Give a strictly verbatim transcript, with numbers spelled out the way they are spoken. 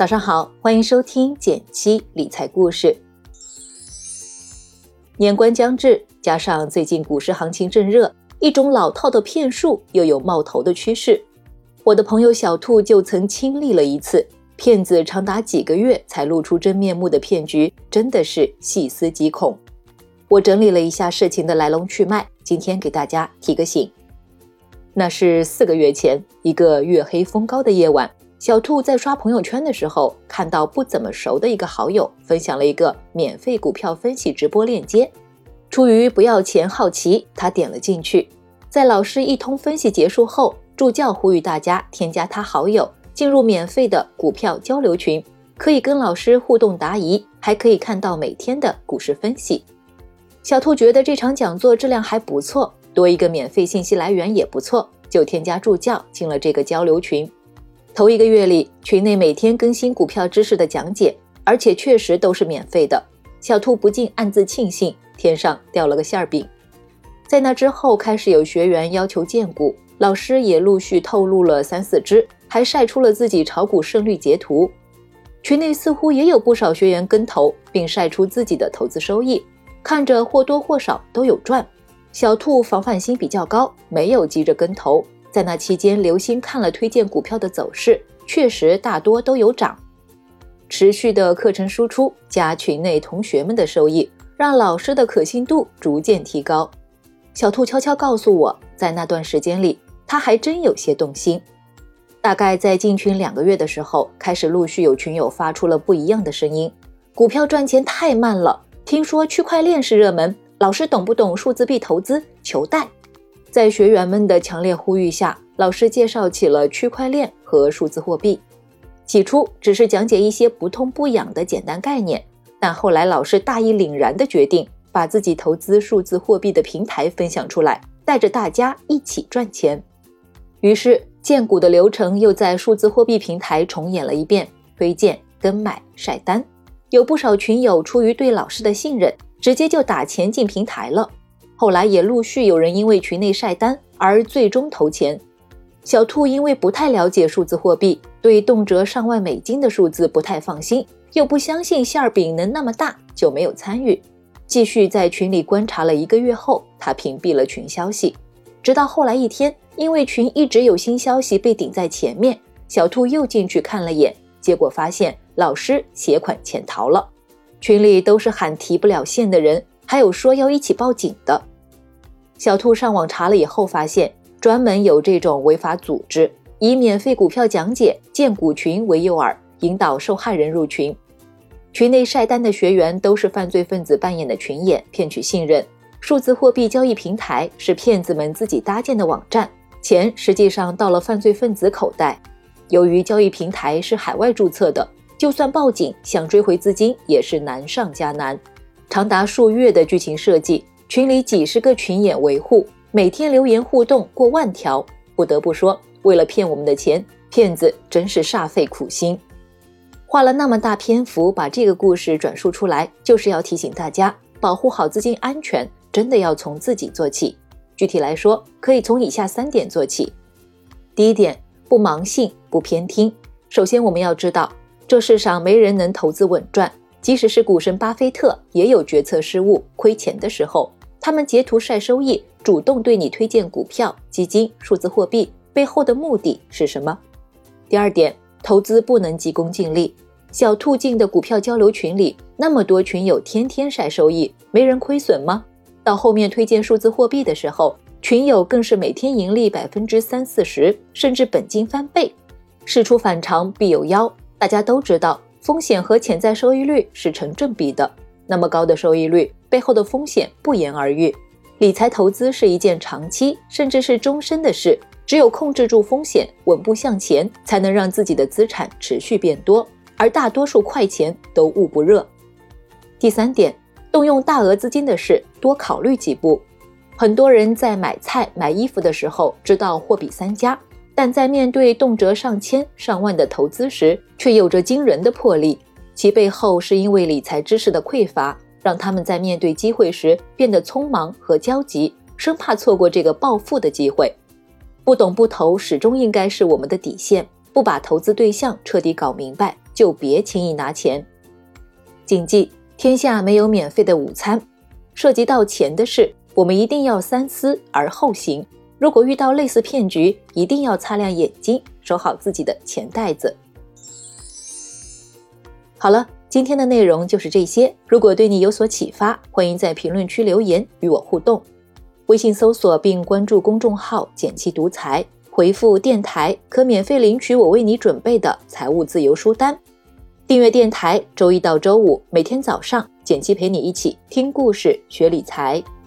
早上好，欢迎收听简七理财故事。年关将至，加上最近股市行情正热，一种老套的骗术又有冒头的趋势。我的朋友小兔就曾亲历了一次，骗子长达几个月才露出真面目的骗局，真的是细思极恐。我整理了一下事情的来龙去脉，今天给大家提个醒。那是四个月前，一个月黑风高的夜晚，小兔在刷朋友圈的时候，看到不怎么熟的一个好友分享了一个免费股票分析直播链接。出于不要钱好奇，他点了进去。在老师一通分析结束后，助教呼吁大家添加他好友，进入免费的股票交流群，可以跟老师互动答疑，还可以看到每天的股市分析。小兔觉得这场讲座质量还不错，多一个免费信息来源也不错，就添加助教进了这个交流群。头一个月里，群内每天更新股票知识的讲解，而且确实都是免费的。小兔不禁暗自庆幸，天上掉了个馅饼。在那之后，开始有学员要求荐股，老师也陆续透露了三四只，还晒出了自己炒股胜率截图。群内似乎也有不少学员跟投，并晒出自己的投资收益，看着或多或少都有赚。小兔防范心比较高，没有急着跟投，在那期间留心看了推荐股票的走势，确实大多都有涨。持续的课程输出加群内同学们的受益，让老师的可信度逐渐提高。小兔悄悄告诉我，在那段时间里，他还真有些动心。大概在进群两个月的时候，开始陆续有群友发出了不一样的声音。股票赚钱太慢了，听说区块链是热门，老师懂不懂数字币投资？求带。在学员们的强烈呼吁下，老师介绍起了区块链和数字货币。起初只是讲解一些不痛不痒的简单概念，但后来老师大义凛然地决定把自己投资数字货币的平台分享出来，带着大家一起赚钱。于是荐股的流程又在数字货币平台重演了一遍，推荐、跟买、晒单。有不少群友出于对老师的信任，直接就打钱进平台了。后来也陆续有人因为群内晒单而最终投钱。小兔因为不太了解数字货币，对动辄上万美金的数字不太放心，又不相信馅饼能那么大，就没有参与。继续在群里观察了一个月后，他屏蔽了群消息。直到后来一天，因为群一直有新消息被顶在前面，小兔又进去看了眼，结果发现老师携款潜逃了。群里都是喊提不了现的人，还有说要一起报警的。小兔上网查了以后发现，专门有这种违法组织，以免费股票讲解、荐股群为诱饵，引导受害人入群。群内晒单的学员都是犯罪分子扮演的群演，骗取信任。数字货币交易平台是骗子们自己搭建的网站，钱实际上到了犯罪分子口袋。由于交易平台是海外注册的，就算报警想追回资金也是难上加难。长达数月的剧情设计，群里几十个群演维护，每天留言互动过万条。不得不说，为了骗我们的钱，骗子真是煞费苦心。花了那么大篇幅把这个故事转述出来，就是要提醒大家，保护好资金安全，真的要从自己做起。具体来说，可以从以下三点做起。第一点，不盲信，不偏听。首先我们要知道，这世上没人能投资稳赚，即使是股神巴菲特也有决策失误亏钱的时候。他们截图晒收益，主动对你推荐股票、基金、数字货币，背后的目的是什么？第二点，投资不能急功近利。小兔进的股票交流群里，那么多群友天天晒收益，没人亏损吗？到后面推荐数字货币的时候，群友更是每天盈利百分之三四十，甚至本金翻倍。事出反常必有妖，大家都知道，风险和潜在收益率是成正比的。那么高的收益率背后的风险不言而喻。理财投资是一件长期甚至是终身的事，只有控制住风险，稳步向前，才能让自己的资产持续变多，而大多数快钱都捂不热。第三点，动用大额资金的事多考虑几步。很多人在买菜买衣服的时候知道货比三家，但在面对动辄上千上万的投资时，却有着惊人的魄力。其背后是因为理财知识的匮乏，让他们在面对机会时变得匆忙和焦急，生怕错过这个暴富的机会。不懂不投始终应该是我们的底线，不把投资对象彻底搞明白，就就别轻易拿钱。谨记，天下没有免费的午餐，涉及到钱的事，我们一定要三思而后行。如果遇到类似骗局，一定要擦亮眼睛，守好自己的钱袋子。好了，今天的内容就是这些。如果对你有所启发，欢迎在评论区留言与我互动。微信搜索并关注公众号简七独裁，回复电台可免费领取我为你准备的财务自由书单。订阅电台，周一到周五每天早上，简七陪你一起听故事学理财。